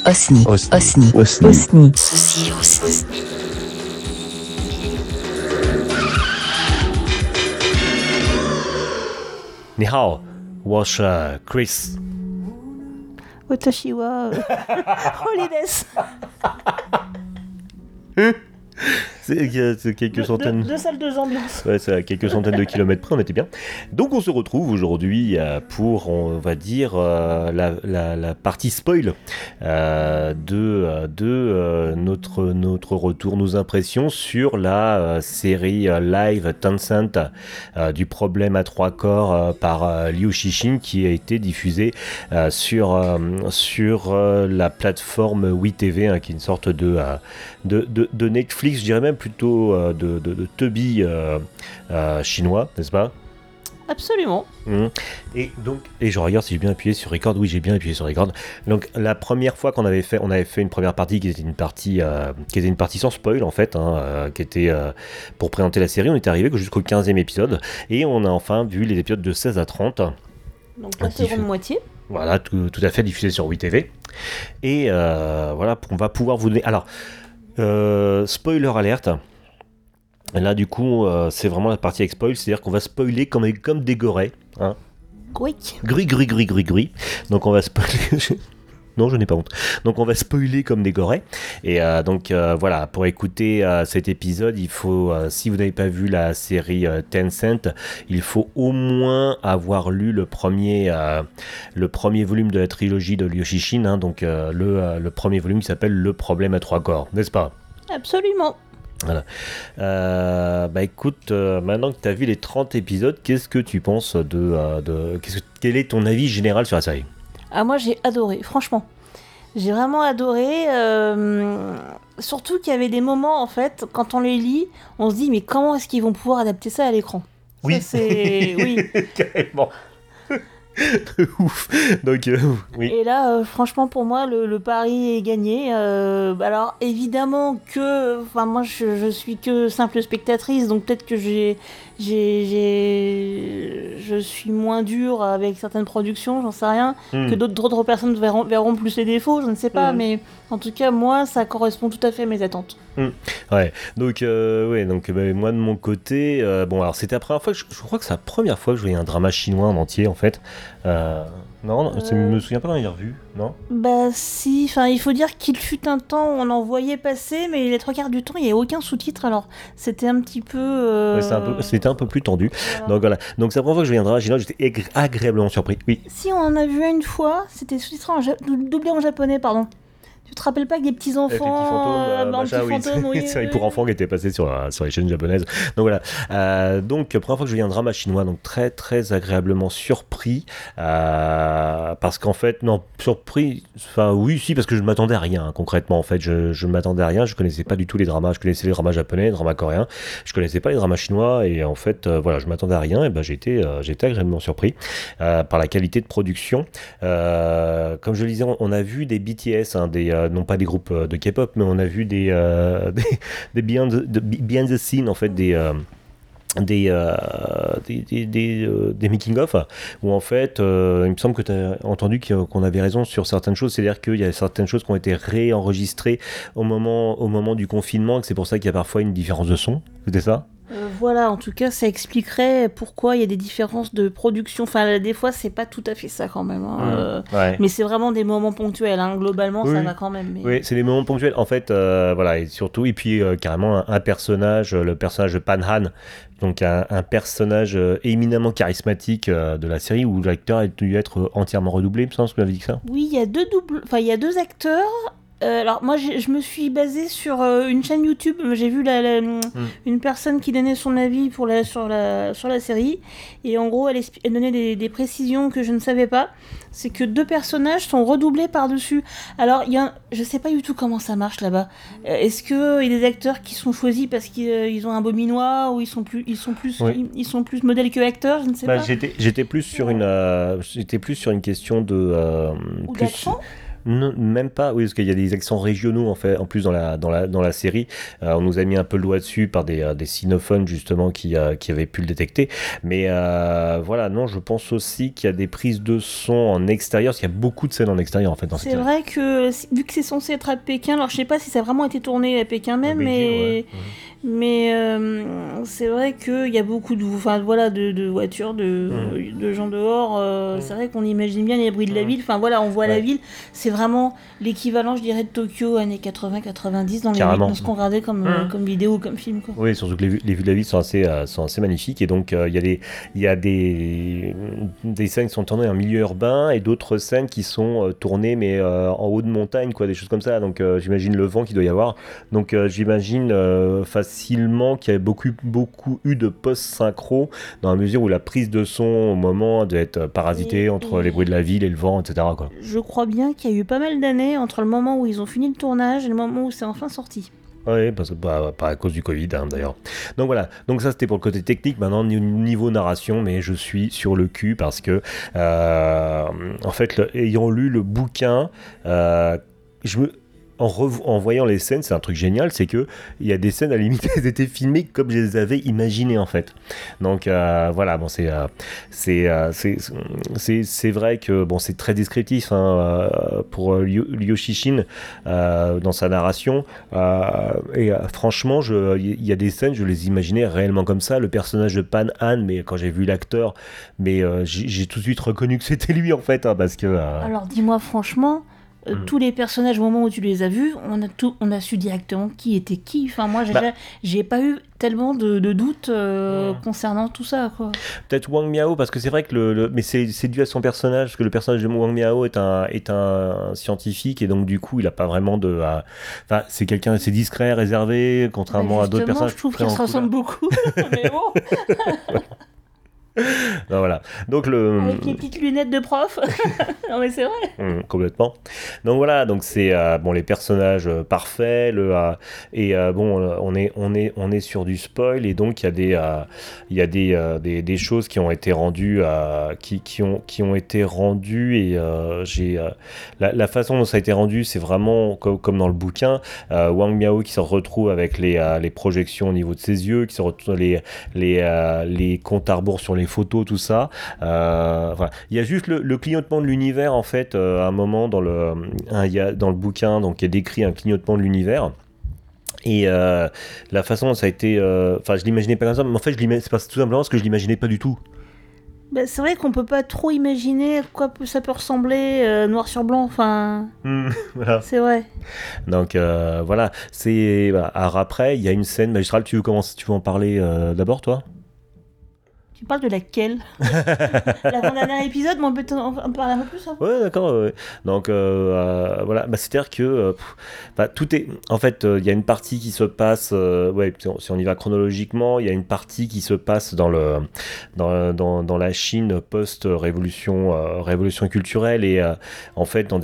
Osni. Osni. Osni. Osni. Osni. 你好，我是 Chris。 私は堀です。 C'est quelques centaines. Deux salles, deux ambiances. Ouais, c'est à quelques centaines de kilomètres près, on était bien. Donc on se retrouve aujourd'hui pour, on va dire, la partie spoil de notre retour, nos impressions sur la série live Tencent du problème à trois corps par Liu Cixin qui a été diffusée sur la plateforme WeTV, qui est une sorte de Netflix, je dirais même plutôt de Tubi chinois, n'est-ce pas? Absolument. Et donc, et je regarde si j'ai bien appuyé sur record. Oui, j'ai bien appuyé sur record. Donc la première fois on avait fait une première partie qui était une partie sans spoil en fait, qui était pour présenter la série. On est arrivé jusqu'au 15e épisode et on a enfin vu les épisodes de 16 à 30. Donc la seconde moitié. Voilà, tout à fait, diffusé sur WeTV. Et voilà, on va pouvoir vous donner. Alors, spoiler alerte. Là, du coup, c'est vraiment la partie avec spoil, c'est-à-dire qu'on va spoiler comme des gorées. Hein. Oui. Gris. Donc, on va spoiler. Non, je n'ai pas honte. Donc, on va spoiler comme des gorées. Et donc, voilà, pour écouter cet épisode, il faut, si vous n'avez pas vu la série Tencent, il faut au moins avoir lu le premier volume de la trilogie de Liu Cixin, donc le premier volume qui s'appelle Le problème à trois corps, n'est-ce pas? Absolument. Voilà. Écoute, maintenant que tu as vu les 30 épisodes, qu'est-ce que tu penses quel est ton avis général sur la série? Ah, moi j'ai adoré, franchement. J'ai vraiment adoré. Surtout qu'il y avait des moments, en fait, quand on les lit, on se dit, mais comment est-ce qu'ils vont pouvoir adapter ça à l'écran? Oui, ça, oui. Carrément. De ouf. Donc, oui. Et là, franchement, pour moi, le pari est gagné. Alors, évidemment que... Enfin, moi, je suis que simple spectatrice, donc peut-être que je suis moins dure avec certaines productions, j'en sais rien, que d'autres personnes verront plus les défauts, je ne sais pas, mais en tout cas, moi, ça correspond tout à fait à mes attentes. Ouais, donc, moi, de mon côté, alors c'était la première fois, je crois que c'est la première fois que je voyais un drama chinois en entier, en fait. Non, je me souviens pas d'en avoir vu, non? Bah si, enfin il faut dire qu'il fut un temps où on en voyait passer, mais les trois quarts du temps il n'y avait aucun sous-titre, alors c'était un petit peu... Ouais, c'était un peu plus tendu, voilà. Donc voilà, donc c'est la première fois que je voyais un drama chinois, j'étais agréablement surpris, oui. Si on en a vu une fois, c'était sous-titré doublé en japonais, pardon. Tu te rappelles pas que des petits enfants, fantômes, oui, c'est vrai, pour enfants qui étaient passés sur les chaînes japonaises. Donc voilà. Donc première fois que je voyais un drama chinois, donc très très agréablement surpris, parce qu'en fait surpris. Enfin oui, si, parce que je m'attendais à rien concrètement. En fait, je m'attendais à rien. Je connaissais pas du tout les dramas. Je connaissais les dramas japonais, les dramas coréens. Je connaissais pas les dramas chinois et en fait voilà, je m'attendais à rien et j'étais agréablement surpris par la qualité de production. Comme je le disais, on a vu des BTS, non pas des groupes de K-pop, mais on a vu des behind the scene, en fait, des making-of, où en fait, il me semble que tu as entendu qu'on avait raison sur certaines choses, c'est-à-dire qu'il y a certaines choses qui ont été réenregistrées au moment du confinement, et que c'est pour ça qu'il y a parfois une différence de son, c'était ça? Voilà, en tout cas, ça expliquerait pourquoi il y a des différences de production. Enfin, des fois, c'est pas tout à fait ça quand même. Ouais. Mais c'est vraiment des moments ponctuels. Globalement, oui. Ça va quand même. Mais... Oui, c'est des moments ponctuels. En fait, voilà, et surtout, et puis carrément un personnage, le personnage de Pan Han, donc un personnage éminemment charismatique de la série où l'acteur a dû être entièrement redoublé. Il me semble que tu m'avais dit ça. Oui, il y a deux acteurs. Alors moi je me suis basée sur une chaîne YouTube, j'ai vu une personne qui donnait son avis sur la série, et en gros elle donnait des précisions que je ne savais pas. C'est que deux personnages sont redoublés par-dessus. Alors je sais pas du tout comment ça marche là-bas. Est-ce qu'il y a des acteurs qui sont choisis parce qu'ils ont un beau minois, ou ils sont plus modèles que acteurs, je ne sais pas. J'étais plus sur une question de ou d'accent. même pas, oui, parce qu'il y a des accents régionaux en plus dans la série. On nous a mis un peu le doigt dessus par des sinophones justement qui avaient pu le détecter. Mais voilà, non, je pense aussi qu'il y a des prises de son en extérieur, parce qu'il y a beaucoup de scènes en extérieur en fait dans cette série. C'est vrai que vu que c'est censé être à Pékin, alors je sais pas si ça a vraiment été tourné à Pékin même, mais c'est vrai qu'il y a beaucoup de voitures, de gens dehors. C'est vrai qu'on imagine bien les bruits de la ville. Enfin voilà, on voit la ville. C'est vraiment l'équivalent, je dirais, de Tokyo années 80-90 dans ce qu'on regardait comme vidéo, comme film, quoi. Oui, surtout que les vues de la ville sont assez magnifiques. Et donc il y a des scènes qui sont tournées en milieu urbain et d'autres scènes qui sont tournées mais en haut de montagne, quoi, des choses comme ça. Donc j'imagine le vent qu'il doit y avoir. Donc j'imagine facilement qu'il y a beaucoup eu de post-synchro dans la mesure où la prise de son au moment doit être parasitée entre les bruits de la ville et le vent, etc., quoi. Je crois bien qu'il y a eu pas mal d'années entre le moment où ils ont fini le tournage et le moment où c'est enfin sorti. Oui, parce que pas à cause du Covid, d'ailleurs. Donc voilà, donc ça c'était pour le côté technique. Maintenant niveau narration, mais je suis sur le cul parce que en fait, ayant lu le bouquin, en voyant les scènes, c'est un truc génial, c'est que il y a des scènes à la limite elles étaient filmées comme je les avais imaginées en fait. Donc voilà, bon c'est vrai que bon c'est très descriptif pour Liu Cixin dans sa narration et franchement il y a des scènes je les imaginais réellement comme ça. Le personnage de Pan Han, mais quand j'ai vu l'acteur, mais j'ai tout de suite reconnu que c'était lui en fait, parce que alors dis-moi franchement, tous les personnages au moment où tu les as vus, on a su directement qui était qui. Enfin moi j'ai pas eu tellement de doutes concernant tout ça, quoi. Peut-être Wang Miao, parce que c'est vrai que mais c'est dû à son personnage, parce que le personnage de Wang Miao est un scientifique et donc du coup il a pas vraiment de enfin c'est quelqu'un assez discret, réservé, contrairement à d'autres personnages. Je trouve qu'il se ressemble beaucoup. Mais bon. Ben voilà. Donc avec les petites lunettes de prof. Non mais c'est vrai. Complètement. Donc voilà, donc c'est bon les personnages parfaits, on est sur du spoil et donc il y a des choses qui ont été rendues qui ont été rendues et j'ai la façon dont ça a été rendu, c'est vraiment comme dans le bouquin, Wang Miao qui se retrouve avec les projections au niveau de ses yeux, qui se retrouve les comptes à rebours sur les photos, tout ça. Voilà. Il y a juste le clignotement de l'univers en fait, à un moment dans le bouquin, donc il y a décrit un clignotement de l'univers. Et la façon dont ça a été, je l'imaginais pas comme ça, mais en fait c'est pas tout simplement parce que je l'imaginais pas du tout. Bah, c'est vrai qu'on peut pas trop imaginer à quoi ça peut ressembler noir sur blanc, enfin. Voilà. C'est vrai. Donc voilà, c'est alors après il y a une scène magistrale. Tu veux en parler d'abord, toi? Tu parles de laquelle? L'avant-dernier épisode, mais on peut en parler un peu plus, hein. Ouais, d'accord. Ouais. Donc voilà, c'est-à-dire que tout est. En fait, il y a une partie qui se passe. Si on y va chronologiquement, il y a une partie qui se passe dans la Chine post-révolution révolution culturelle et en fait dans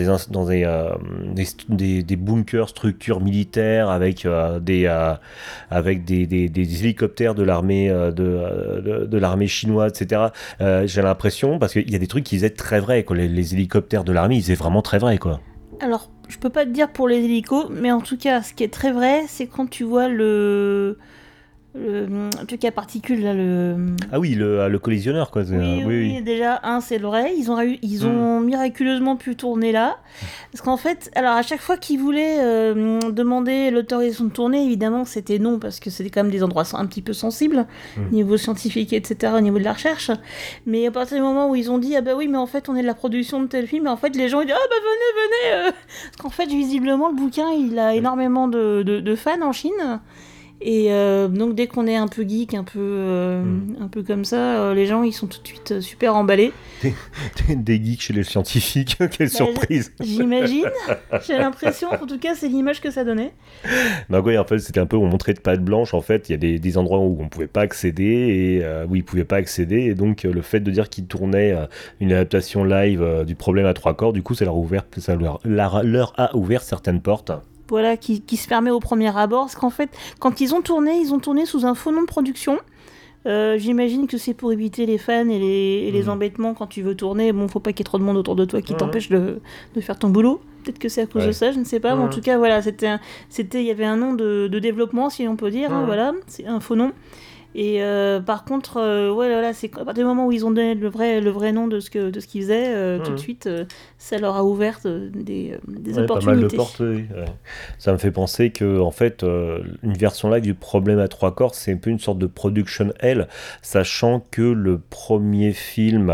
des bunkers, structures militaires avec des hélicoptères de l'armée de l'armée chinoise, etc. J'ai l'impression, parce qu'il y a des trucs qui faisaient très vrai, quoi. Les hélicoptères de l'armée, ils faisaient vraiment très vrai, quoi. Alors, je peux pas te dire pour les hélicos, mais en tout cas, ce qui est très vrai, c'est quand tu vois le truc à particules, là, Ah oui, le collisionneur, quoi. Oui, déjà, c'est vrai, ils ont miraculeusement pu tourner là. Parce qu'en fait, alors à chaque fois qu'ils voulaient demander l'autorisation de tourner, évidemment, c'était non, parce que c'était quand même des endroits un petit peu sensibles, niveau scientifique, etc., au niveau de la recherche. Mais à partir du moment où ils ont dit, ah bah oui, mais en fait, on est de la production de tel film, et en fait, les gens, ils disent, ah bah venez. Parce qu'en fait, visiblement, le bouquin, il a énormément de fans en Chine. Et donc dès qu'on est un peu geek, un peu comme ça, les gens ils sont tout de suite super emballés. Des geeks chez les scientifiques, quelle surprise. J'imagine, j'ai l'impression, en tout cas c'est l'image que ça donnait. Donc oui, en fait c'était un peu, on montrait de patte blanche, en fait il y a des endroits où on pouvait pas accéder et où ils pouvaient pas accéder, et donc le fait de dire qu'ils tournaient une adaptation live du Problème à trois corps, du coup ça leur a ouvert certaines portes. Voilà, qui se permet au premier abord, parce qu'en fait, quand ils ont tourné sous un faux nom de production. J'imagine que c'est pour éviter les fans et les embêtements quand tu veux tourner. Bon, faut pas qu'il y ait trop de monde autour de toi qui t'empêche de faire ton boulot. peut-être que c'est à cause de ça, je ne sais pas, mais en tout cas, voilà, il y avait un nom de développement, si on peut dire, voilà, c'est un faux nom. Et par contre, c'est à partir du moment où ils ont donné le vrai nom de ce qu'ils faisaient, tout de suite, ça leur a ouvert des opportunités. Pas mal de portes, oui. Ouais. Ça me fait penser que, en fait, une version live du Problème à trois corps, c'est un peu une sorte de production hell, sachant que le premier film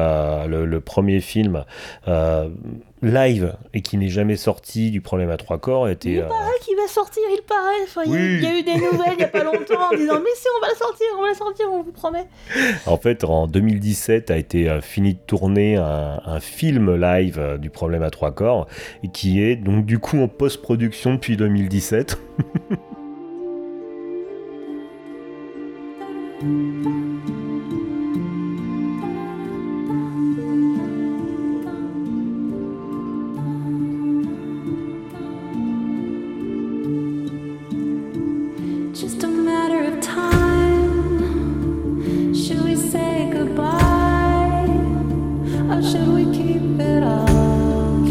live et qui n'est jamais sorti du Problème à trois corps était... Il paraît qu'il va sortir, il paraît. Enfin, il y a eu des nouvelles il n'y a pas longtemps en disant mais si, on va le sortir, on vous promet. En fait, en 2017 a été fini de tourner un film live du Problème à trois corps et qui est donc du coup en post-production depuis 2017. Just a matter of time. Should we say goodbye? Or should we keep it all?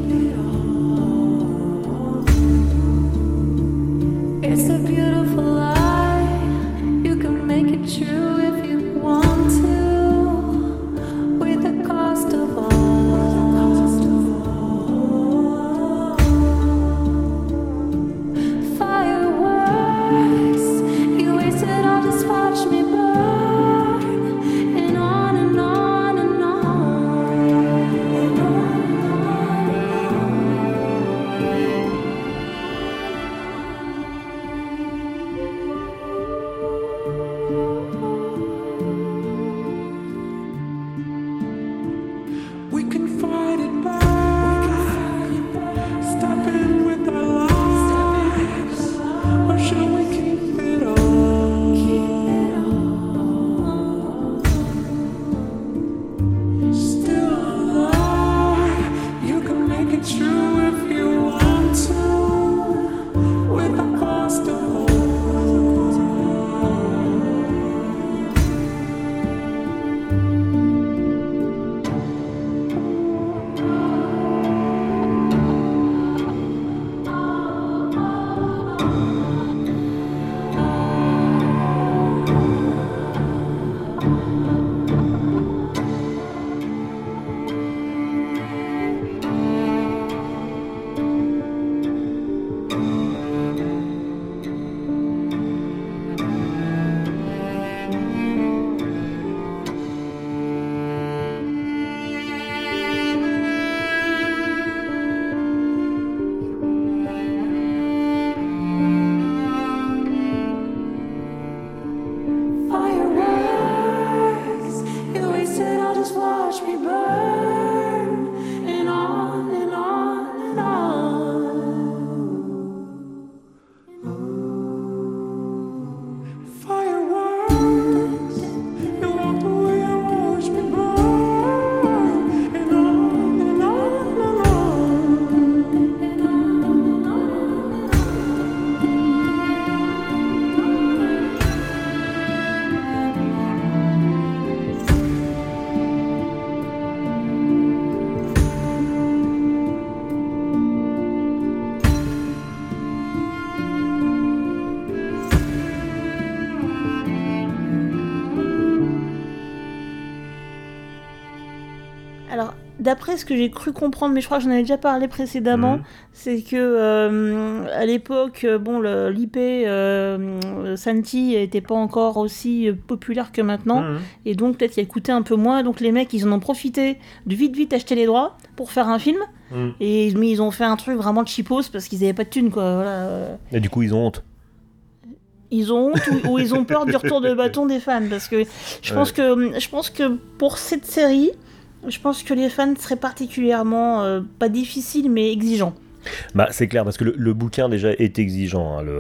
It's a beautiful lie. You can make it true if you want to. With the cost of all. D'après ce que j'ai cru comprendre, mais je crois que j'en avais déjà parlé précédemment, c'est que à l'époque, l'IP Santi n'était pas encore aussi populaire que maintenant, et donc peut-être il coûtait un peu moins, donc les mecs ils en ont profité de vite acheter les droits pour faire un film, mais ils ont fait un truc vraiment cheapos parce qu'ils n'avaient pas de thunes, quoi. Voilà. Et du coup ils ont honte. Ils ont honte ou ils ont peur du retour de bâton des fans, parce que je pense que pour cette série, je pense que les fans seraient particulièrement, pas difficiles, mais exigeants. Bah, c'est clair, parce que le bouquin déjà est exigeant. Hein,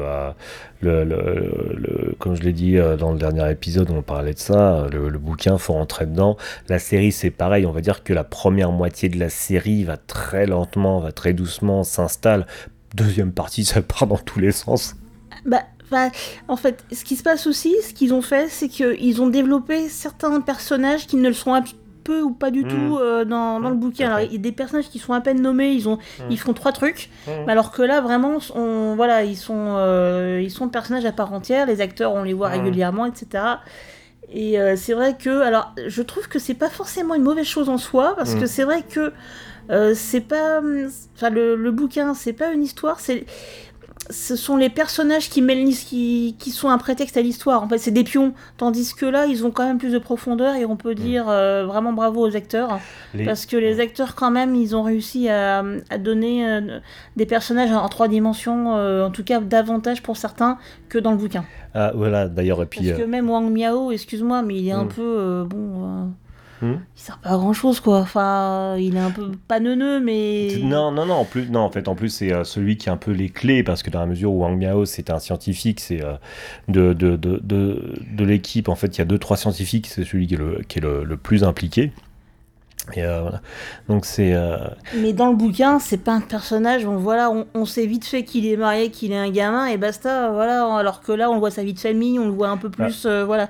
comme je l'ai dit dans le dernier épisode où on parlait de ça, le bouquin, faut rentrer dedans. La série, c'est pareil. On va dire que la première moitié de la série va très lentement, va très doucement, s'installe. Deuxième partie, ça part dans tous les sens. En fait, ce qui se passe aussi, ce qu'ils ont fait, c'est qu'ils ont développé certains personnages qui ne le sont peu ou pas du tout dans le bouquin. Alors, il y a des personnages qui sont à peine nommés, ils font 3 trucs, mais alors que là, vraiment, ils sont personnages à part entière, les acteurs, on les voit régulièrement, etc. Et c'est vrai que, alors, je trouve que c'est pas forcément une mauvaise chose en soi, parce que c'est vrai que c'est pas, enfin, le bouquin, c'est pas une histoire, ce sont les personnages qui sont un prétexte à l'histoire. En fait, c'est des pions. Tandis que là, ils ont quand même plus de profondeur et on peut dire vraiment bravo aux acteurs. Parce que les acteurs, quand même, ils ont réussi à donner des personnages en 3 dimensions, en tout cas davantage pour certains que dans le bouquin. Ah, voilà, d'ailleurs. Et puis, parce que même Wang Miao, excuse-moi, mais il est un peu... il sert pas à grand chose, quoi. Enfin, il est un peu pas neuneux, mais. Non, en plus, c'est celui qui a un peu les clés, parce que dans la mesure où Wang Miao, c'est un scientifique, c'est de l'équipe, en fait, il y a 2-3 scientifiques, c'est celui qui est le plus impliqué. Et voilà. Donc c'est. Mais dans le bouquin, c'est pas un personnage. On sait vite fait qu'il est marié, qu'il est un gamin, et basta. Voilà. Alors que là, on voit sa vie de famille, on le voit un peu plus. Voilà.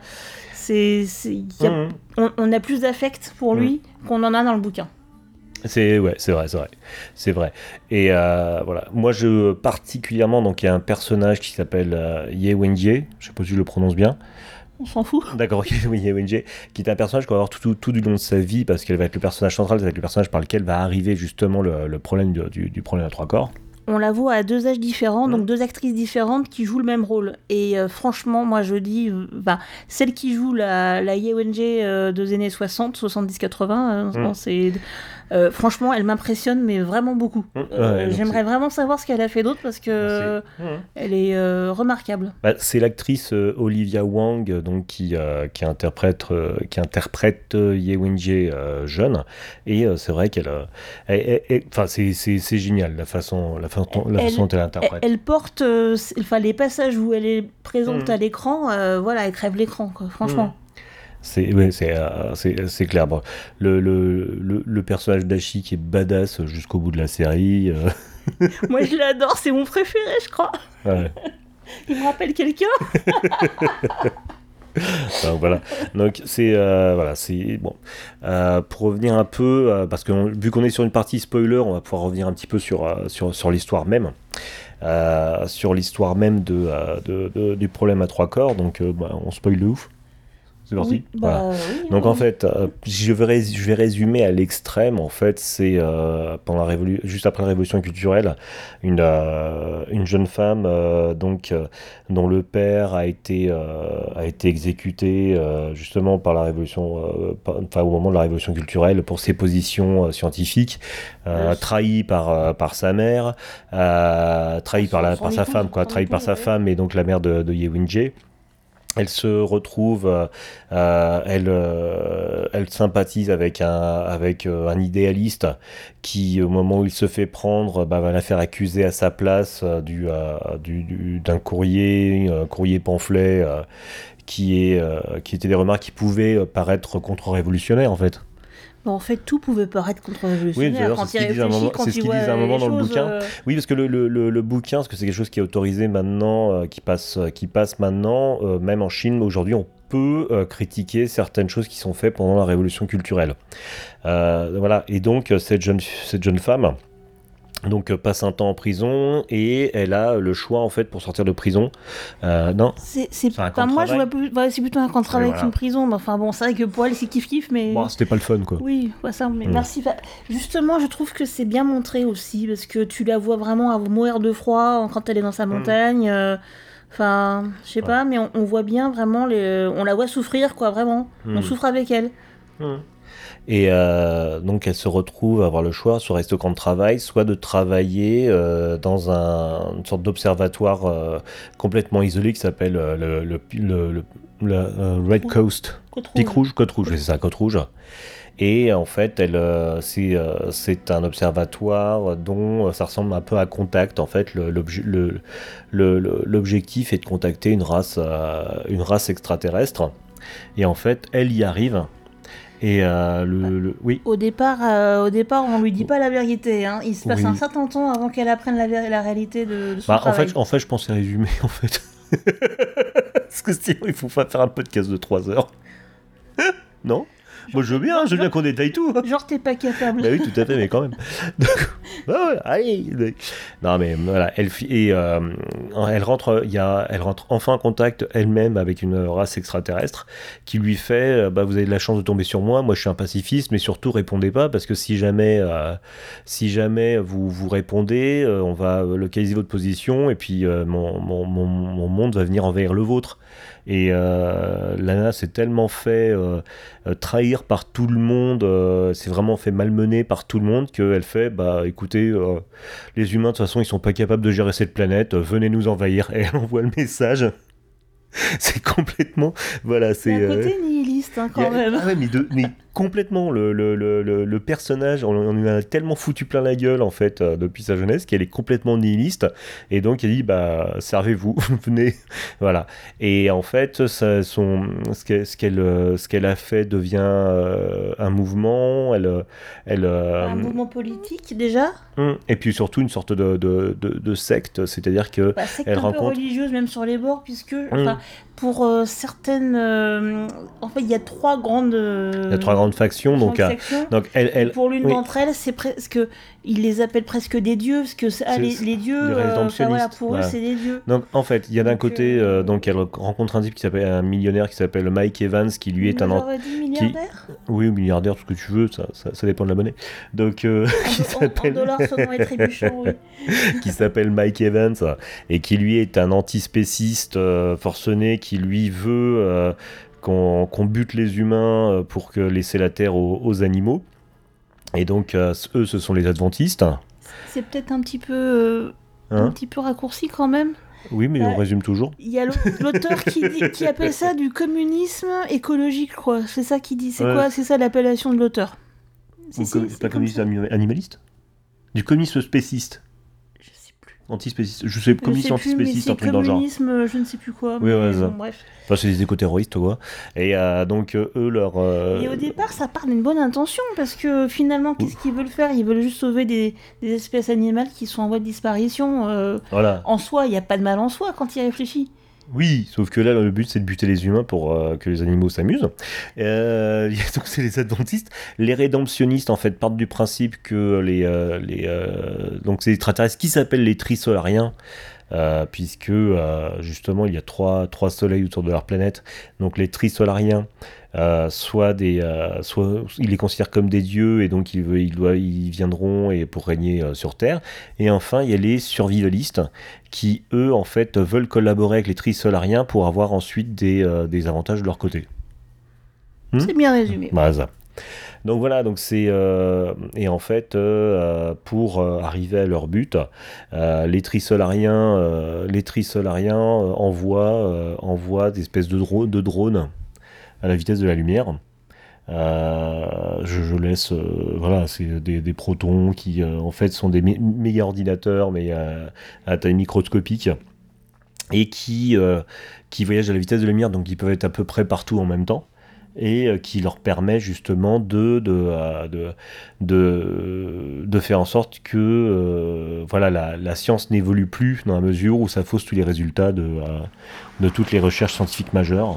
On a plus d'affect pour lui qu'on en a dans le bouquin. C'est vrai. Et voilà. Moi, particulièrement, donc il y a un personnage qui s'appelle Ye Wenjie. Je sais pas si je le prononce bien. On s'en fout. D'accord, oui, Ye Wenjie, qui est un personnage qu'on va avoir tout du long de sa vie, parce qu'elle va être le personnage central, ça va être le personnage par lequel va arriver justement le problème du problème à 3 corps. On la voit à 2 âges différents, donc 2 actrices différentes qui jouent le même rôle. Et franchement, moi je dis, celle qui joue la Ye Wenjie des années 60, 70-80, c'est... franchement, elle m'impressionne, mais vraiment beaucoup. J'aimerais vraiment savoir ce qu'elle a fait d'autre, parce que elle est remarquable. C'est l'actrice Olivia Wang, donc qui interprète Ye Wenjie jeune, et c'est vrai qu'elle, c'est génial la façon dont elle interprète. Elle porte, les passages où elle est présente à l'écran, elle crève l'écran, quoi, franchement. C'est clair. Bon, le personnage d'Ashi qui est badass jusqu'au bout de la série. Moi je l'adore, c'est mon préféré, je crois. Ouais. Il me rappelle quelqu'un. Donc voilà. Donc c'est bon. Pour revenir un peu, parce que vu qu'on est sur une partie spoiler, on va pouvoir revenir un petit peu sur l'histoire même. Sur l'histoire même du problème à 3 corps. Donc on spoil de ouf. C'est parti. Voilà. Donc en fait, je vais résumer à l'extrême. En fait, c'est juste après la révolution culturelle, une jeune femme dont le père a été exécuté justement par la révolution, au moment de la révolution culturelle pour ses positions scientifiques, trahi par sa mère, trahi par sa femme, trahi par sa femme et donc la mère de Ye Wenjie. Elle se retrouve, elle sympathise avec un idéaliste qui, au moment où il se fait prendre, va la faire accuser à sa place d'un courrier pamphlet qui était des remarques qui pouvaient paraître contre-révolutionnaires en fait. En fait, tout pouvait paraître contre-révolutionnaire. Oui, c'est ce qu'ils disent à un moment dans le bouquin. Oui, parce que le bouquin, parce que c'est quelque chose qui est autorisé maintenant, qui passe maintenant, même en Chine, aujourd'hui, on peut critiquer certaines choses qui sont faites pendant la révolution culturelle. Voilà. Et donc, cette jeune femme... Donc passe un temps en prison et elle a le choix en fait pour sortir de prison. Non. Moi je vois c'est plutôt un camp de travail qu'une prison. Mais enfin bon, c'est vrai que pour elle c'est kiff mais. Bon, c'était pas le fun quoi. Oui, ça. Mais merci. Justement, je trouve que c'est bien montré aussi parce que tu la vois vraiment mourir de froid quand elle est dans sa montagne. Enfin, je sais pas, mais on voit bien vraiment on la voit souffrir quoi, vraiment. On souffre avec elle. Et donc elle se retrouve à avoir le choix, soit rester au camp de travail, soit de travailler dans une sorte d'observatoire complètement isolé qui s'appelle le Red Coast, Côte Rouge, c'est ça, Côte Rouge. Et en fait, c'est un observatoire dont ça ressemble un peu à Contact. En fait, l'objectif est de contacter une race extraterrestre. Et en fait, elle y arrive. Et oui. Au départ, on lui dit pas la vérité. Hein. Il se passe un certain temps avant qu'elle apprenne la réalité de son travail. En fait, je pensais résumer, en fait. Parce que sinon, il faut pas faire un podcast de 3 heures. Non ? Moi, je veux bien qu'on détaille tout. Hein. Genre, t'es pas capable. Bah oui, tout à fait, mais quand même. Donc, bah ouais, allez. Non, mais voilà, elle rentre enfin en contact elle-même avec une race extraterrestre qui lui fait, vous avez de la chance de tomber sur moi. Moi, je suis un pacifiste, mais surtout répondez pas parce que si jamais vous répondez, on va localiser votre position et puis mon monde va venir envahir le vôtre. Et Lana s'est tellement fait trahir par tout le monde, s'est vraiment fait malmener par tout le monde qu'elle fait, écoutez, les humains de toute façon ils sont pas capables de gérer cette planète, venez nous envahir. Et elle envoie le message. C'est complètement, voilà, c'est un côté nihiliste quand même. Ah ouais, mais complètement le personnage, on lui a tellement foutu plein la gueule en fait depuis sa jeunesse qu'elle est complètement nihiliste et donc elle dit servez-vous, venez, voilà. Et en fait ce qu'elle a fait devient un mouvement, un mouvement politique déjà. Et puis surtout une sorte de secte, c'est-à-dire que secte elle un peu religieuse même sur les bords puisque pour certaines en fait il y a trois grandes factions donc elle pour l'une d'entre elles c'est presque ils les appellent presque des dieux parce que les dieux les rédemptionnistes, pour eux c'est des dieux. Donc en fait il y a d'un côté donc elle rencontre un type qui s'appelle un millionnaire qui s'appelle Mike Evans qui lui est milliardaire. Oui, milliardaire, tout ce que tu veux, ça dépend de la monnaie. Donc qui s'appelle en dollars sonnants et trébuchants, oui. Qui s'appelle Mike Evans et qui lui est un antispéciste forcené qui lui veut qu'on bute les humains pour laisser la terre aux animaux. Et donc eux ce sont les adventistes. C'est peut-être un petit peu raccourci quand même. Oui, mais on résume toujours. Il y a l'auteur qui appelle ça du communisme écologique, quoi. C'est ça qu'il dit. C'est quoi ? C'est ça l'appellation de l'auteur. C'est pas communisme animaliste ? Du communisme spéciste. Je sais plus. Antispéciste. Je sais, communisme antispéciste, un truc dans le genre. Communisme, je ne sais plus quoi. Oui, ouais, ça. Bon, bref. Enfin, c'est des éco-terroristes, quoi. Et donc, eux, leur... Et au départ, ça part d'une bonne intention, parce que finalement, qu'est-ce qu'ils veulent faire ? Ils veulent juste sauver des espèces animales qui sont en voie de disparition. Voilà. En soi, il n'y a pas de mal en soi quand il réfléchit. Oui, sauf que là, le but, c'est de buter les humains pour que les animaux s'amusent. Donc, c'est les adventistes. Les rédemptionnistes, en fait, partent du principe que donc, c'est les extraterrestres qui s'appellent les trisolariens, puisque, justement, il y a trois soleils autour de leur planète. Donc, les trisolariens, soit ils les considèrent comme des dieux, et donc ils viendront pour régner sur Terre. Et enfin, il y a les survivalistes, qui, eux, en fait, veulent collaborer avec les trisolariens pour avoir ensuite des avantages de leur côté. C'est bien résumé. Ça. Donc voilà, donc c'est et en fait pour arriver à leur but, les trisolariens envoient des espèces de drones à la vitesse de la lumière. Je laisse voilà, c'est des protons qui en fait sont des méga ordinateurs mais à taille microscopique et qui voyagent à la vitesse de la lumière, donc ils peuvent être à peu près partout en même temps et qui leur permet justement de faire en sorte que voilà, la science n'évolue plus dans la mesure où ça fausse tous les résultats de toutes les recherches scientifiques majeures.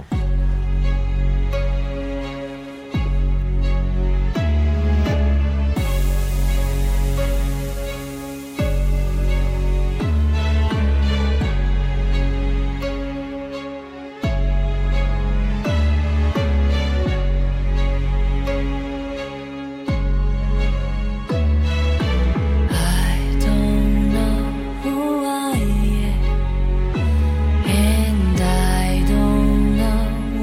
And I don't know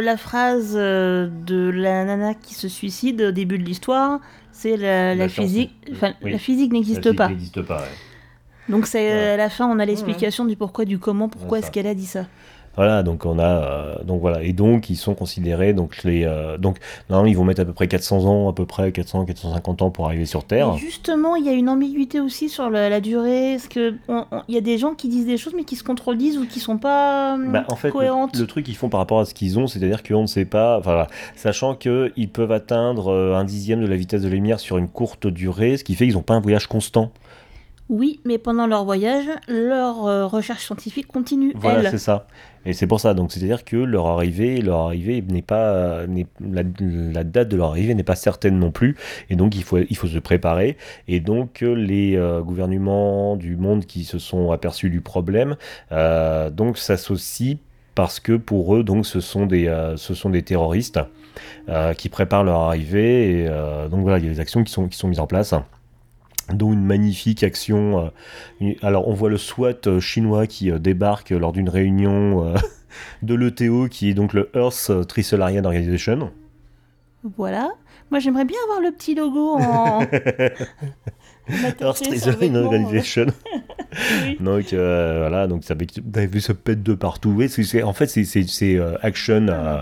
la phrase de la nana qui se suicide au début de l'histoire, c'est la physique. Enfin, Oui. la physique n'existe Ça pas. n'existe pas, ouais. Donc c'est Ouais. à la fin, on a l'explication du pourquoi, du comment, pourquoi Ouais, est-ce ça. qu'elle a dit ça. Voilà, donc on a donc voilà, et donc ils sont considérés donc donc normalement ils vont mettre à peu près 400 ans, à peu près 450 ans pour arriver sur Terre. Et justement, il y a une ambiguïté aussi sur la durée, parce que il y a des gens qui disent des choses mais qui se contredisent ou qui sont pas En fait, cohérentes. le truc qu'ils font par rapport à ce qu'ils ont, c'est-à-dire qu'on ne sait pas, enfin, voilà, sachant qu'ils peuvent atteindre 1/10 de la vitesse de la lumière sur une courte durée, ce qui fait qu'ils n'ont pas un voyage constant. Oui, mais pendant leur voyage, leur recherche scientifique continue, Voilà, elle. c'est ça. Et c'est pour ça, donc c'est-à-dire que leur arrivée n'est pas, la date de leur arrivée n'est pas certaine non plus, et donc il faut se préparer. Et donc les gouvernements du monde qui se sont aperçus du problème, donc s'associent parce que pour eux, donc ce sont des terroristes qui préparent leur arrivée. Et donc voilà, il y a des actions qui sont mises en place, dont une magnifique action. Alors, on voit le SWAT chinois qui débarque lors d'une réunion de l'ETO, qui est donc le Earth Trisolarian Organization. Voilà. Moi, j'aimerais bien avoir le petit logo en... Earth Trisolarian Organization. Oui. Donc, voilà, donc vous avez vu ce pète de partout. Oui, en fait, c'est action.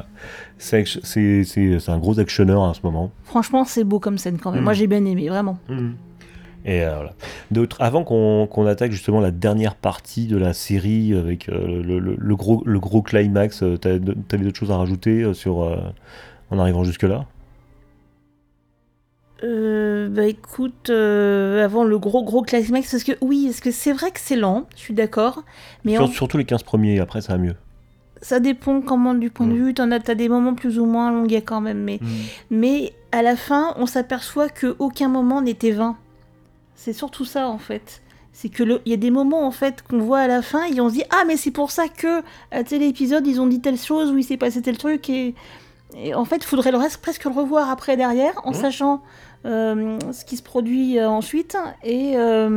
C'est un gros actionneur à ce moment. Franchement, c'est beau comme scène quand même. Moi, j'ai bien aimé, vraiment. Et voilà. Avant qu'on attaque justement la dernière partie de la série avec le gros climax, t'avais d'autres choses à rajouter en arrivant jusque-là? Écoute, avant le gros climax, parce que c'est vrai que c'est lent, je suis d'accord, mais Surtout les 15 premiers, après ça va mieux. ça dépend comment du point de vue, t'as des moments plus ou moins longuets quand même, mais à la fin, on s'aperçoit qu'aucun moment n'était vain. C'est surtout ça en fait. C'est que il y a des moments en fait qu'on voit à la fin et on se dit ah mais c'est pour ça que à tel épisode ils ont dit telle chose ou il s'est passé tel truc et en fait il faudrait presque le revoir après derrière en sachant ce qui se produit ensuite et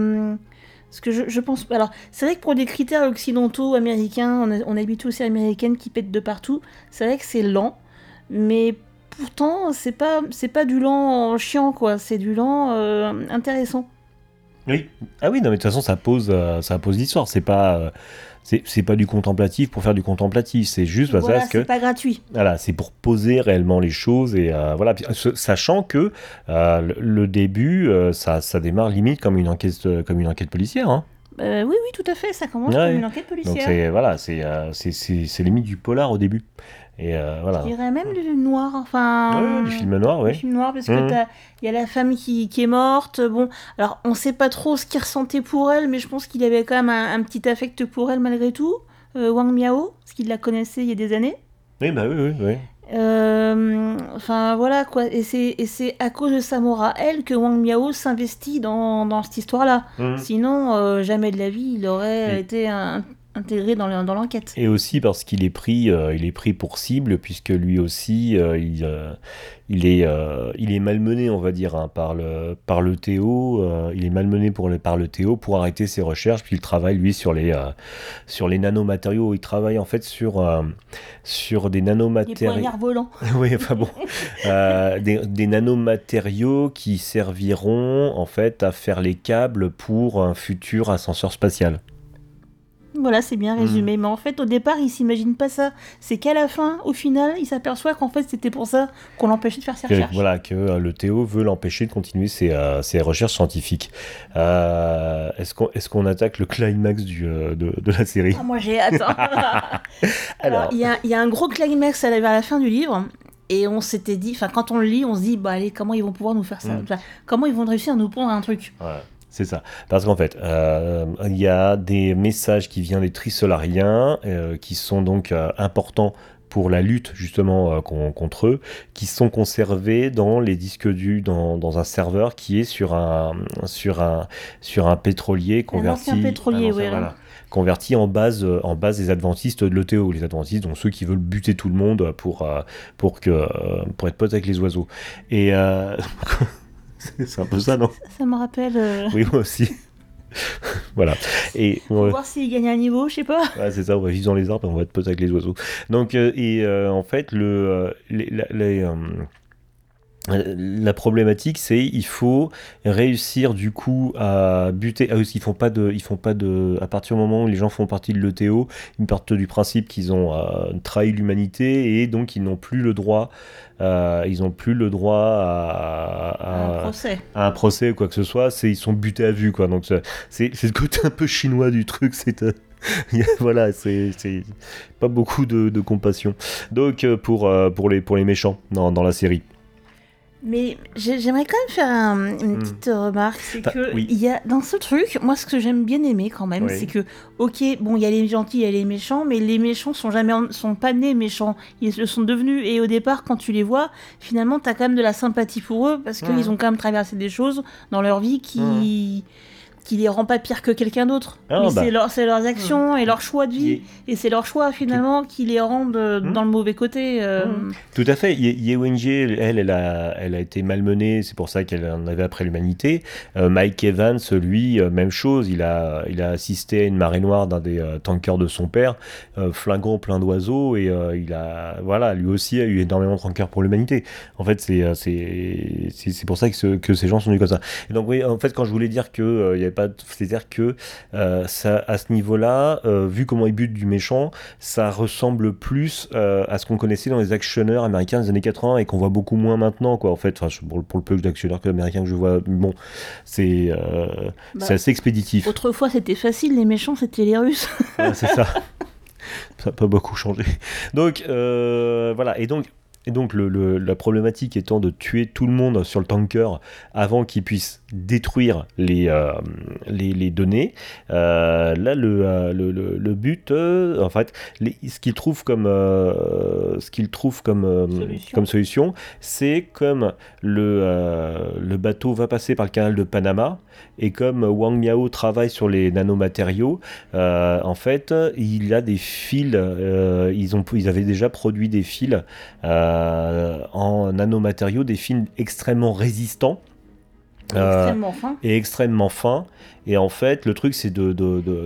ce que je pense. Alors c'est vrai que pour des critères occidentaux américains, on a habitué aussi américaines qui pètent de partout. C'est vrai que c'est lent, mais pourtant c'est pas du lent chiant quoi. C'est du lent intéressant. Oui. Ah oui, non, mais de toute façon, ça pose l'histoire. C'est pas du contemplatif pour faire du contemplatif. C'est juste Voilà, parce que c'est pas gratuit. voilà, c'est pour poser réellement les choses et voilà. Puis, sachant que le début, ça démarre limite comme une enquête policière. Hein. Oui, tout à fait. Ça commence Ouais. comme une enquête policière. Donc c'est limite du polar au début. Et voilà. Je dirais même du noir. Enfin. Du film noir, oui. Du film noir parce que il y a la femme qui est morte. Bon, alors on sait pas trop ce qu'il ressentait pour elle, mais je pense qu'il avait quand même un petit affect pour elle malgré tout. Wang Miao, parce qu'il la connaissait il y a des années. Oui, bah oui. Enfin voilà quoi, et c'est à cause de Samora elle que Wang Miao s'investit dans cette histoire-là. Sinon, jamais de la vie il aurait été intégré dans l'enquête. Et aussi parce qu'il est pris pour cible, puisque lui aussi il est malmené, on va dire, hein, par le Théo. Il est malmené par le Théo pour arrêter ses recherches. Puis il travaille lui sur les nanomatériaux. Il travaille en fait sur des Les nanomatériaux. poignards volants. Oui, enfin bon, des nanomatériaux qui serviront en fait à faire les câbles pour un futur ascenseur spatial. Voilà, c'est bien résumé. Mais en fait, au départ, il s'imagine pas ça. C'est qu'à la fin, au final, il s'aperçoit qu'en fait, c'était pour ça qu'on l'empêchait de faire ses recherches. Voilà, que le Théo veut l'empêcher de continuer ses recherches scientifiques. Est-ce qu'on attaque le climax de la série? Ah, moi, j'ai hâte. Alors, il y a un gros climax vers la fin du livre. Et on s'était dit, enfin, quand on le lit, on se dit, bah allez, comment ils vont pouvoir nous faire ça? Enfin, comment ils vont réussir à nous pondre un truc? Ouais. C'est ça. Parce qu'en fait, il y a des messages qui viennent des Trisolariens qui sont donc importants pour la lutte justement contre eux, qui sont conservés dans les disques durs, dans un serveur qui est sur un pétrolier converti. Un ancien pétrolier, oui. Voilà. Converti en base des adventistes de l'ETO. Les adventistes, donc ceux qui veulent buter tout le monde pour être potes avec les oiseaux. Et c'est un peu ça, non? Ça me rappelle... Oui, moi aussi. Voilà. Et Pour voir s'il gagne un niveau, je sais pas. ouais, c'est ça, on va vivre dans les arbres et on va te poser avec les oiseaux. Donc, en fait, la problématique, c'est il faut réussir du coup à buter. Ah, ils font pas de. À partir du moment où les gens font partie de l'ETO, ils partent du principe qu'ils ont trahi l'humanité et donc ils n'ont plus le droit. Ils ont plus le droit Un procès. à un procès ou quoi que ce soit. Ils sont butés à vue, quoi. Donc c'est le côté un peu chinois du truc. Voilà, c'est pas beaucoup de compassion. Donc pour les méchants dans la série. Mais j'aimerais quand même faire une petite remarque, c'est que oui. il y a dans ce truc, moi ce que j'aime bien aimer quand même, Oui. c'est que ok, bon il y a les gentils, il y a les méchants, mais les méchants sont pas nés méchants, ils le sont devenus et au départ quand tu les vois, finalement t'as quand même de la sympathie pour eux parce qu'ils ont quand même traversé des choses dans leur vie qui les rend pas pire que quelqu'un d'autre. Ah, Mais bah. c'est leurs actions et leurs choix de vie. Ye- Et c'est leurs choix finalement qui les rendent dans le mauvais côté. Tout à fait. Ye Wenjie, elle a été malmenée, c'est pour ça qu'elle en avait après l'humanité. Mike Evans, lui, même chose, il a assisté à une marée noire d'un des tankers de son père, flingant plein d'oiseaux, et voilà, lui aussi a eu énormément de rancœur pour l'humanité. En fait, c'est pour ça que ces gens sont venus comme ça. Et donc, oui, en fait, quand je voulais dire que il y avait pas, c'est-à-dire que ça, à ce niveau-là, vu comment ils butent du méchant, ça ressemble plus à ce qu'on connaissait dans les actionneurs américains des années 80 et qu'on voit beaucoup moins maintenant, quoi. En fait, pour le peu d'actionneurs américains que je vois, bon, c'est assez expéditif. Autrefois, c'était facile, les méchants, c'était les Russes. Ouais, c'est ça. Ça n'a pas beaucoup changé. Donc, voilà. Et donc la problématique étant de tuer tout le monde sur le tanker avant qu'il puisse détruire les données. Là, le but, en fait, ce qu'il trouve comme solution, c'est comme le bateau va passer par le canal de Panama et comme Wang Miao travaille sur les nanomatériaux, en fait, il a des fils. Ils avaient déjà produit des fils en nanomatériaux, des fils extrêmement résistants. Extrêmement fin. Et extrêmement fin. Et en fait, le truc, c'est de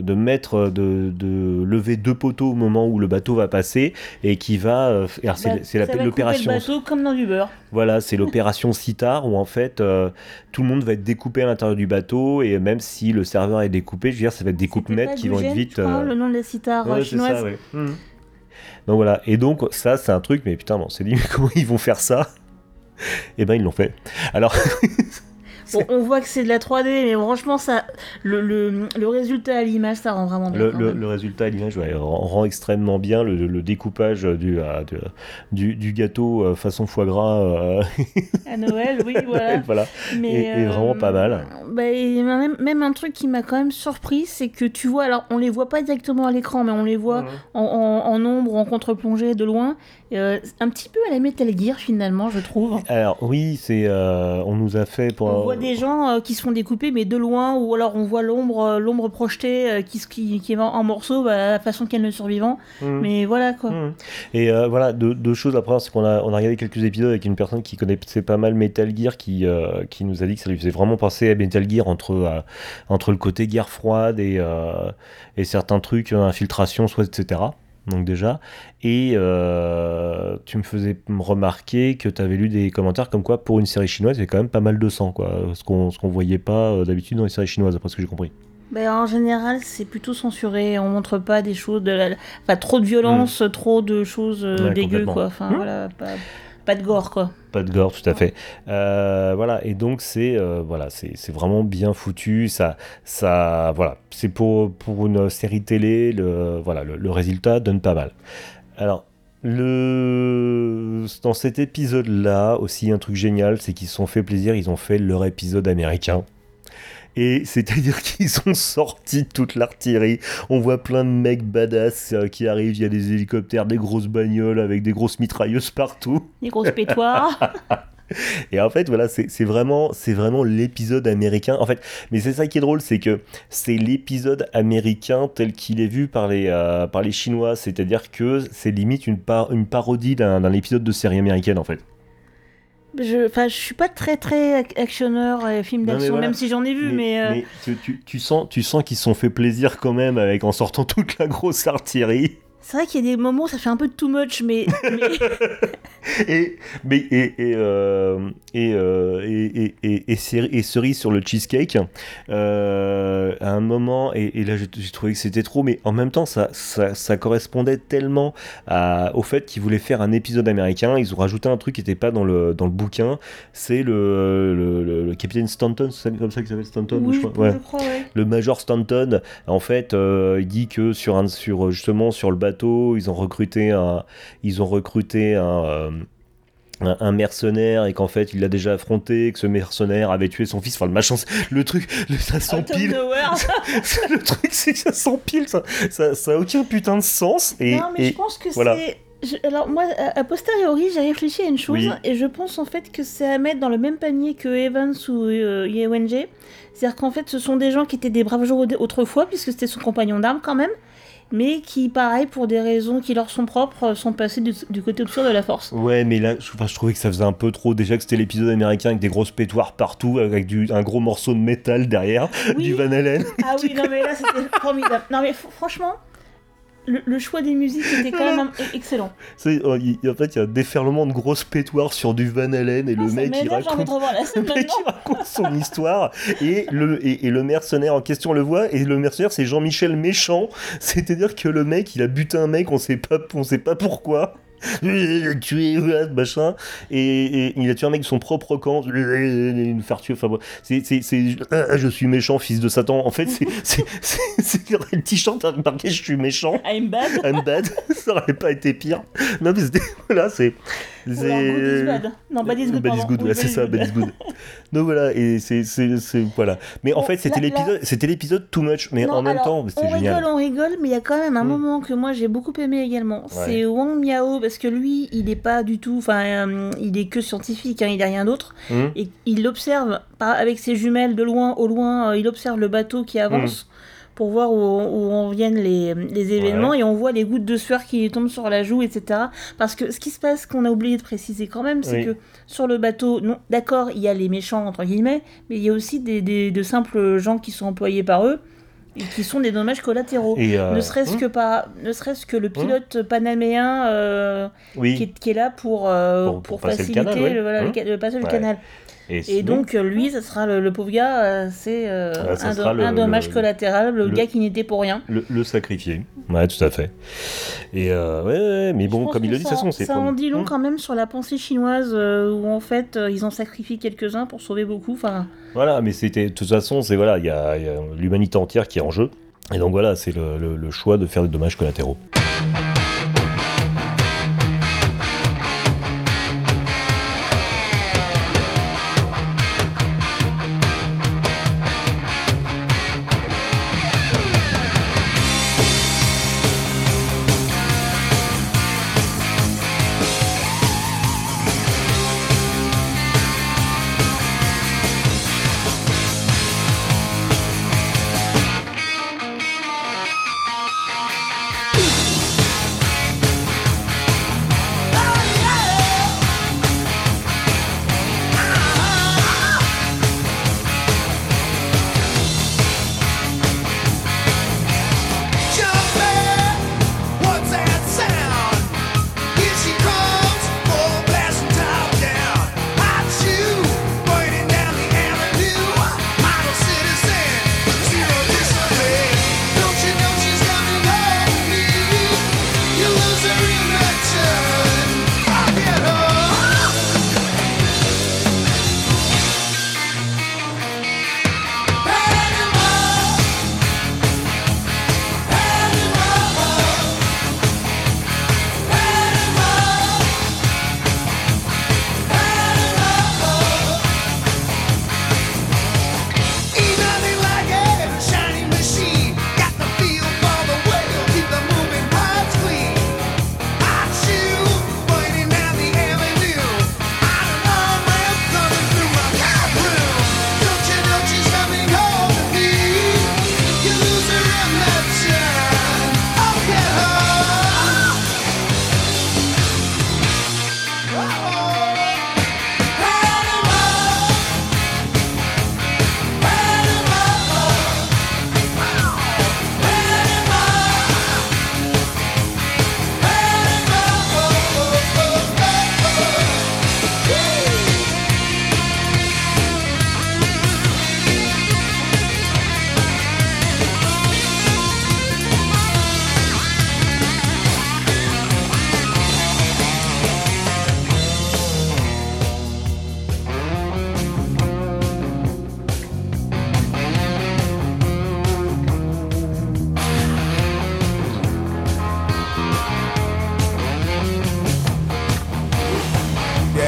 lever deux poteaux au moment où le bateau va passer et qui va. C'est l'opération. Le bateau comme dans du beurre. Voilà, c'est l'opération Sitar où en fait tout le monde va être découpé à l'intérieur du bateau et même si le serveur est découpé, je veux dire, ça va être des coupes nettes qui vont être vite. Le nom de la Sitar chinoise. Ça, ouais. Donc voilà, et donc ça, c'est un truc, mais putain, bon, c'est dit, mais comment ils vont faire ça? Eh ben, ils l'ont fait. Alors. Bon, on voit que c'est de la 3D, mais franchement, ça, le résultat à l'image, ça rend vraiment bien. Le résultat à l'image rend extrêmement bien le découpage du gâteau façon foie gras à Noël, oui, voilà. Voilà. Mais, est vraiment pas mal. Même un truc qui m'a quand même surpris, c'est que tu vois, alors on les voit pas directement à l'écran, mais on les voit en ombre, en contre-plongée de loin. Un petit peu à la Metal Gear finalement, je trouve. Alors oui, on nous a fait pour. On voit des gens qui se font découper, mais de loin, ou alors on voit l'ombre projetée qui est en morceaux, à la façon qu'elle ne survivant. Mais voilà quoi. Et voilà, deux choses après, c'est qu'on a regardé quelques épisodes avec une personne qui connaissait pas mal Metal Gear, qui nous a dit que ça lui faisait vraiment penser à Metal Gear entre le côté guerre froide et certains trucs, infiltration, soit etc. Donc déjà, et tu me faisais remarquer que tu avais lu des commentaires comme quoi pour une série chinoise il y avait quand même pas mal de sang, quoi, ce qu'on voyait pas d'habitude dans les séries chinoises, après ce que j'ai compris. En général, c'est plutôt censuré, on montre pas des choses trop de violence, trop de choses dégueu, quoi. Enfin voilà, pas de gore, quoi. Pas de gore, tout à fait. Voilà, et donc c'est vraiment bien foutu. Ça, voilà, c'est pour une série télé. Le résultat donne pas mal. Alors, dans cet épisode-là, aussi un truc génial, c'est qu'ils se sont fait plaisir. Ils ont fait leur épisode américain. Et c'est-à-dire qu'ils ont sorti toute l'artillerie. On voit plein de mecs badass qui arrivent. Il y a des hélicoptères, des grosses bagnoles avec des grosses mitrailleuses partout. Des grosses pétoires. Et en fait, voilà, c'est vraiment l'épisode américain. En fait, mais c'est ça qui est drôle, c'est que c'est l'épisode américain tel qu'il est vu par les Chinois. C'est-à-dire que c'est limite une parodie d'un épisode de série américaine, en fait. je suis pas très actionneur et film Non, mais d'action, voilà. même si j'en ai vu, mais tu sens qu'ils se sont fait plaisir quand même en sortant toute la grosse artillerie. c'est vrai qu'il y a des moments où ça fait un peu too much, mais et cerise sur le cheesecake à un moment et là j'ai trouvé que c'était trop, mais en même temps ça correspondait tellement au fait qu'ils voulaient faire un épisode américain. Ils ont rajouté un truc qui n'était pas dans le bouquin, c'est le capitaine Stanton, c'est comme ça qu'il s'appelle, Stanton, oui, je crois, ouais. je crois, ouais. Le Major Stanton, en fait, il dit que justement sur le bateau, ils ont recruté un mercenaire et qu'en fait il l'a déjà affronté, que ce mercenaire avait tué son fils. Enfin, le machin, le truc, ça s'empile. Le truc, c'est que ça s'empile, ça a aucun putain de sens. Non, mais je pense que voilà. Alors moi, a posteriori, j'ai réfléchi à une chose, Oui. et je pense en fait que c'est à mettre dans le même panier que Evans ou Yewenje. C'est-à-dire qu'en fait, ce sont des gens qui étaient des braves gens autrefois, puisque c'était son compagnon d'armes quand même, mais qui, pareil, pour des raisons qui leur sont propres, sont passés du côté obscur de la force. Ouais, mais là, je trouvais que ça faisait un peu trop. Déjà que c'était l'épisode américain avec des grosses pétoires partout, avec un gros morceau de métal derrière, Oui. du Van Halen. Ah oui, non mais là, c'était formidable. Non mais franchement... Le choix des musiques était quand même excellent. En fait, il y a un déferlement de grosses pétoires sur du Van Halen et le mec il raconte son histoire et le mercenaire en question le voit, et le mercenaire c'est Jean-Michel Méchant, c'est-à-dire que le mec il a buté un mec, on sait pas pourquoi. Il a tué machin, et il a tué un mec de son propre camp, il nous faire tuer. Enfin, je suis méchant, fils de Satan. En fait, c'est le t-shirt marqué je suis méchant. I'm bad. Ça aurait pas été pire. Non, mais voilà, c'est. Good is bad. Non, bad is good. Bad is good, ouais, c'est ça, bad is good. Donc voilà, et c'est voilà. Mais en fait, c'était l'épisode too much, mais en même temps, c'était génial. On rigole, mais il y a quand même un moment que moi j'ai beaucoup aimé également. Ouais. C'est Wang Miao, parce que lui, il est pas du tout, il est que scientifique, il est rien d'autre. Et il observe avec ses jumelles de loin, au loin, il observe le bateau qui avance. Pour voir où en viennent les événements, et on voit les gouttes de sueur qui tombent sur la joue, etc. Parce que ce qui se passe, qu'on a oublié de préciser quand même, c'est que sur le bateau, non, d'accord, il y a les méchants, entre guillemets, mais il y a aussi de simples gens qui sont employés par eux, et qui sont des dommages collatéraux. Ne serait-ce que le pilote panaméen qui est là pour faciliter le passage du canal. Et donc, lui, ça sera le pauvre gars, c'est un dommage collatéral, le gars qui n'était pour rien. Le sacrifié. Ouais, tout à fait. Et mais bon, comme il le dit, de toute façon, c'est... Ça en dit long quand même sur la pensée chinoise, où en fait, ils ont sacrifié quelques-uns pour sauver beaucoup, Voilà, mais c'était... De toute façon, il y a l'humanité entière qui est en jeu. Et donc voilà, c'est le choix de faire des dommages collatéraux.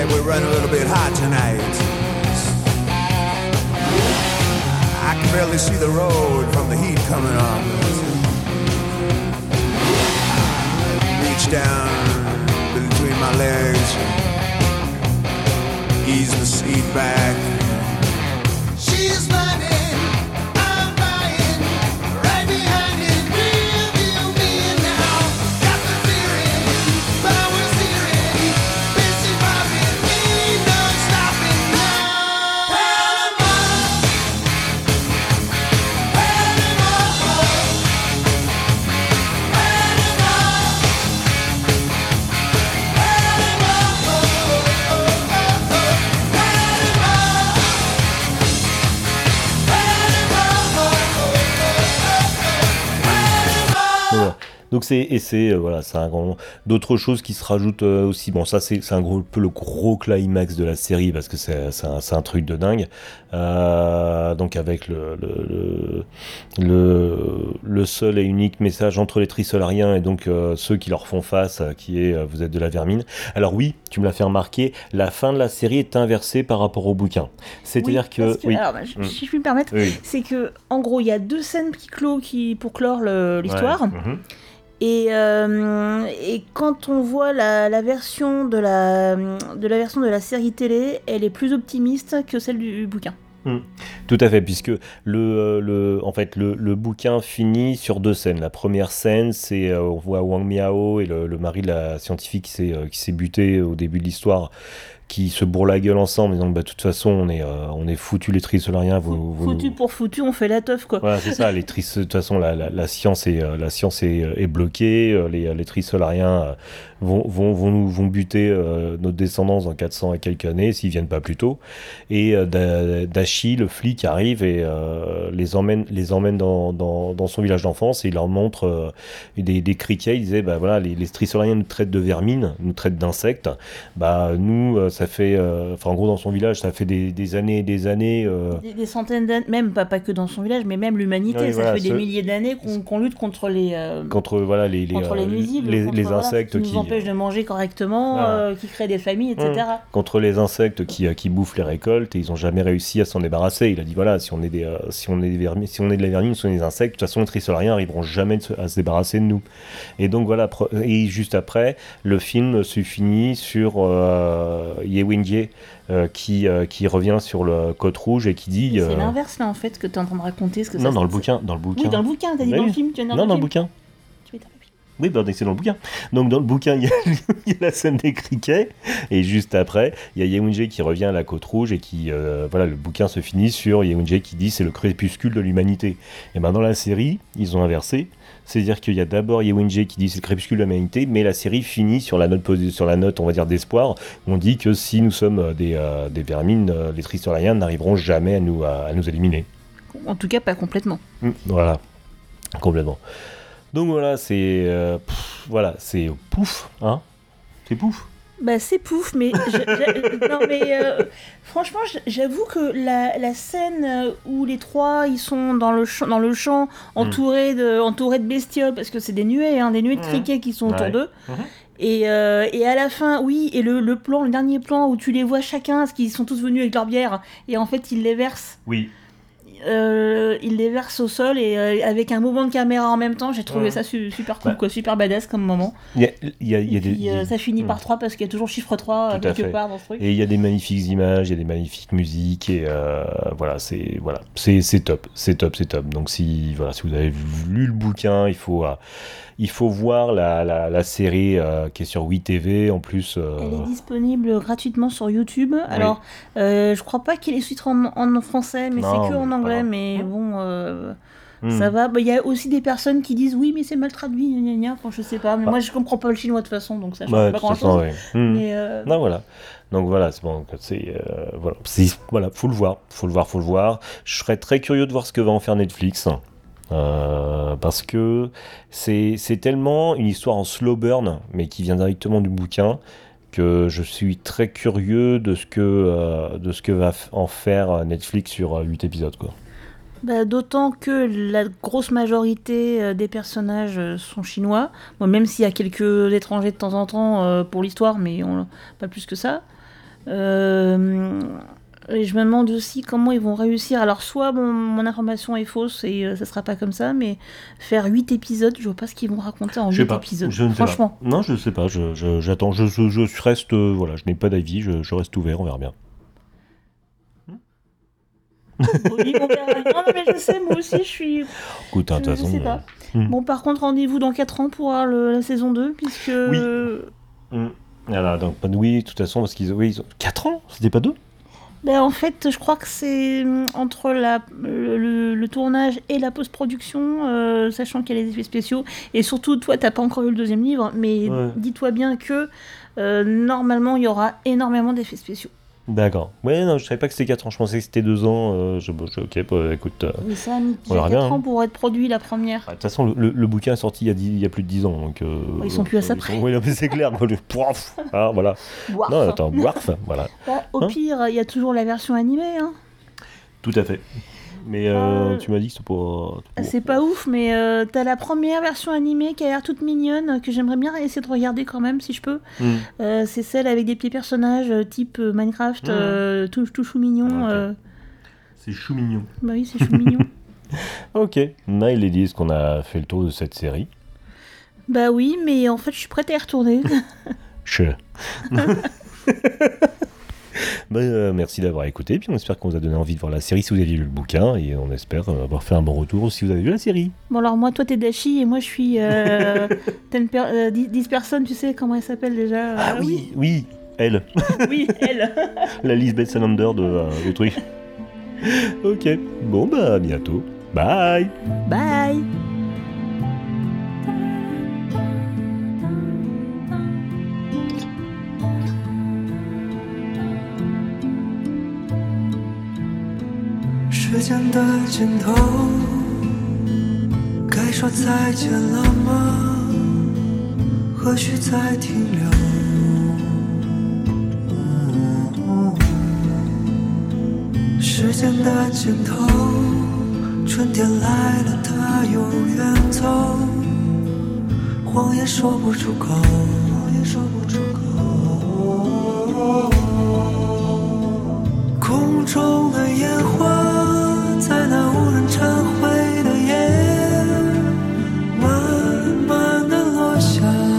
Hey, we're running a little bit hot tonight. I can barely see the road from the heat coming on. Reach down between my legs, ease the seat back. She's running, I'm buying, right behind it, real deal me now. Got the feeling, power steering, busy bobbing, ain't no stopping now. Panama, Panama, Voilà. Donc c'est voilà, c'est un grand d'autres choses qui se rajoutent aussi. Bon, ça c'est un peu le gros climax de la série parce que c'est un truc de dingue. Donc avec le seul et unique message entre les Trisolariens et donc ceux qui leur font face, qui est vous êtes de la vermine. Alors oui, tu me l'as fait remarquer, la fin de la série est inversée par rapport au bouquin. C'est-à-dire oui, oui. Alors, si je puis me permettre, Oui. c'est que en gros il y a 2 scènes pour clore l'histoire. Ouais. Mhm. Et quand on voit la version de la série télé, elle est plus optimiste que celle du bouquin. Tout à fait, puisque en fait, le bouquin finit sur 2 scènes. La première scène, c'est on voit Wang Miao et le mari de la scientifique qui s'est buté au début de l'histoire, qui se bourrent la gueule ensemble, en disant de toute façon on est foutus les Trisolariens. Foutu pour foutu, on fait la teuf quoi. Voilà, c'est ça. De toute façon la science est bloquée. Les Trisolariens vont buter notre descendance dans 400 et quelques années s'ils viennent pas plus tôt. Et Dashi, le flic, arrive et les emmène dans son village d'enfance et il leur montre des criquets. Il disait bah voilà, les Trisolariens nous traitent de vermine, nous traitent d'insectes. Bah nous ça fait en gros dans son village ça fait des années et des années des centaines d'années, même pas que dans son village, mais même l'humanité, oui, ça voilà, fait des milliers d'années qu'on lutte contre les nuisibles, les insectes qui nous empêchent de manger correctement, qui créent des familles, etc. Contre les insectes qui bouffent les récoltes et ils ont jamais réussi à s'en débarrasser. Il a dit voilà, si on est de la vermine, si on est des insectes, de toute façon les Trisolariens arriveront jamais à se débarrasser de nous. Et donc voilà, et juste après le film se finit sur Ye Wenjie qui revient sur le côte rouge et qui dit c'est l'inverse là en fait que tu es en train de raconter ce que non ça dans le c'est... bouquin Oui, dans le bouquin, t'as dit bah dans oui. le film, tu viens de dire Non, dans le film. bouquin. Tu es dans le film. Oui, bah, c'est dans le bouquin. Donc dans le bouquin, il y a la scène des criquets, et juste après, il y a Ye Wenjie qui revient à la côte rouge, et qui, voilà, le bouquin se finit sur Ye Wenjie qui dit c'est le crépuscule de l'humanité. Et ben dans la série, ils ont inversé, c'est-à-dire qu'il y a d'abord Ye Wenjie qui dit c'est le crépuscule de l'humanité, mais la série finit sur la note, on va dire, d'espoir, où on dit que si nous sommes des vermines, les Trisolariens n'arriveront jamais à nous éliminer. En tout cas, pas complètement. Voilà, complètement. Donc voilà, c'est c'est pouf, hein. C'est pouf. Bah c'est pouf, mais non mais franchement, j'avoue que la scène où les 3 ils sont dans le champ entourés de bestioles parce que c'est des nuées de criquets qui sont autour d'eux. Et à la fin, oui, et le dernier plan où tu les vois chacun, parce qu'ils sont tous venus avec leur bière, et en fait ils les versent. Oui. Il les verse au sol et avec un mouvement de caméra en même temps, j'ai trouvé ça super cool, quoi, super badass comme moment. Ça finit par 3 parce qu'il y a toujours chiffre 3 quelque part dans ce truc. Et il y a des magnifiques images, il y a des magnifiques musiques et c'est top. Donc si vous avez lu le bouquin, il faut voir la série qui est sur WeTV en plus. Elle est disponible gratuitement sur YouTube. Alors, je crois pas qu'il y ait les sous-titres en français, mais c'est que en anglais. Mais bon, ça va. Il y a aussi des personnes qui disent oui, mais c'est mal traduit, Enfin, je sais pas. Mais moi, je comprends pas le chinois de toute façon, donc ça change pas grand-chose. Mais non, voilà. Donc voilà, c'est bon. Voilà, faut le voir. Je serais très curieux de voir ce que va en faire Netflix. Parce que c'est tellement une histoire en slow burn, mais qui vient directement du bouquin, que je suis très curieux de ce que va en faire Netflix sur 8 épisodes, quoi. D'autant que la grosse majorité des personnages sont chinois, bon, même s'il y a quelques étrangers de temps en temps pour l'histoire, mais pas plus que ça. Et je me demande aussi comment ils vont réussir. Alors, soit mon information est fausse et ça sera pas comme ça, mais faire 8 épisodes, je vois pas ce qu'ils vont raconter en Je sais 8 pas. épisodes. Je ne sais pas. Franchement. Non, je sais pas. J'attends. Je reste. Voilà, je n'ai pas d'avis. Je reste ouvert. On verra bien. Oui, on verra. Non, mais je sais, moi aussi, je suis. Écoute, hein, de toute Je façon. sais pas. Hmm. Bon, par contre, rendez-vous dans 4 ans pour voir la saison 2, puisque. Oui. Voilà, donc, oui, de toute façon, parce qu'ils ils ont 4 ans. C'était pas 2. Ben, en fait, je crois que c'est entre le tournage et la post-production, sachant qu'il y a les effets spéciaux. Et surtout, toi, t'as pas encore lu le deuxième livre, mais Ouais. dis-toi bien que normalement, il y aura énormément d'effets spéciaux. D'accord. Ouais, non, je savais pas que c'était 4 ans. Je pensais que c'était 2 ans. Ok, bah, écoute. Mais ça a mis On verra 4 bien, ans hein. pour être produit, la première. De toute façon, le bouquin est sorti il y a plus de 10 ans. Donc, Ils sont plus à ça près. Oui, non, mais c'est clair. Pouf, ah, voilà. Warf. Non, attends, Warf, voilà. Bah, au Hein pire, il y a toujours la version animée. Hein. Tout à fait. Mais tu m'as dit que c'était pas. C'est pas ouf, mais t'as la première version animée qui a l'air toute mignonne, que j'aimerais bien essayer de regarder quand même, si je peux. C'est celle avec des petits personnages type Minecraft, tout chou mignon. Ok. C'est chou mignon. Bah oui, c'est chou mignon. Ok. Nile Lady, est-ce qu'on a fait le tour de cette série? Bah oui, mais en fait, je suis prête à y retourner. Merci d'avoir écouté, puis on espère qu'on vous a donné envie de voir la série si vous avez lu le bouquin, et on espère avoir fait un bon retour si vous avez vu la série. Bon, alors moi, toi, t'es Dashi, et moi, je suis 10 personnes, tu sais comment elle s'appelle déjà Oui, elle, Oui, elle. la Lisbeth Salander de truc. Ok, bon bah à bientôt. Bye. Bye. 时间的尽头，该说再见了吗？何须再停留？时间的尽头，春天来了，它又远走，谎言说不出口，空中的烟花，在那无人忏悔的夜，慢慢地落下。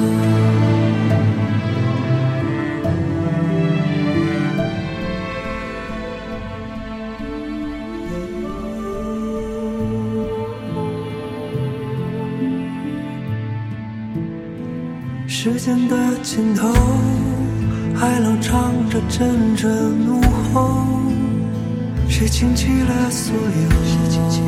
时间的尽头，海浪唱着阵阵怒吼，谁倾起了所有？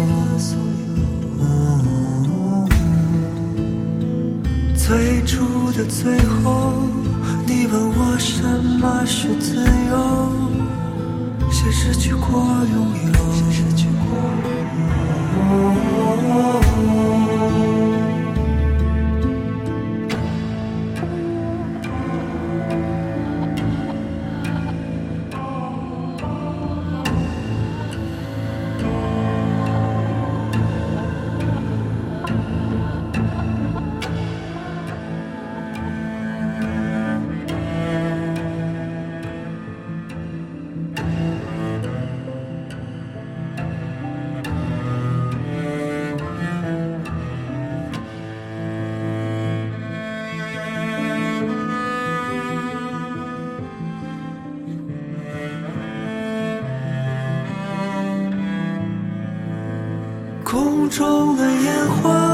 最初的最后，你问我什么是自由？谁失去过拥有？空中的烟花。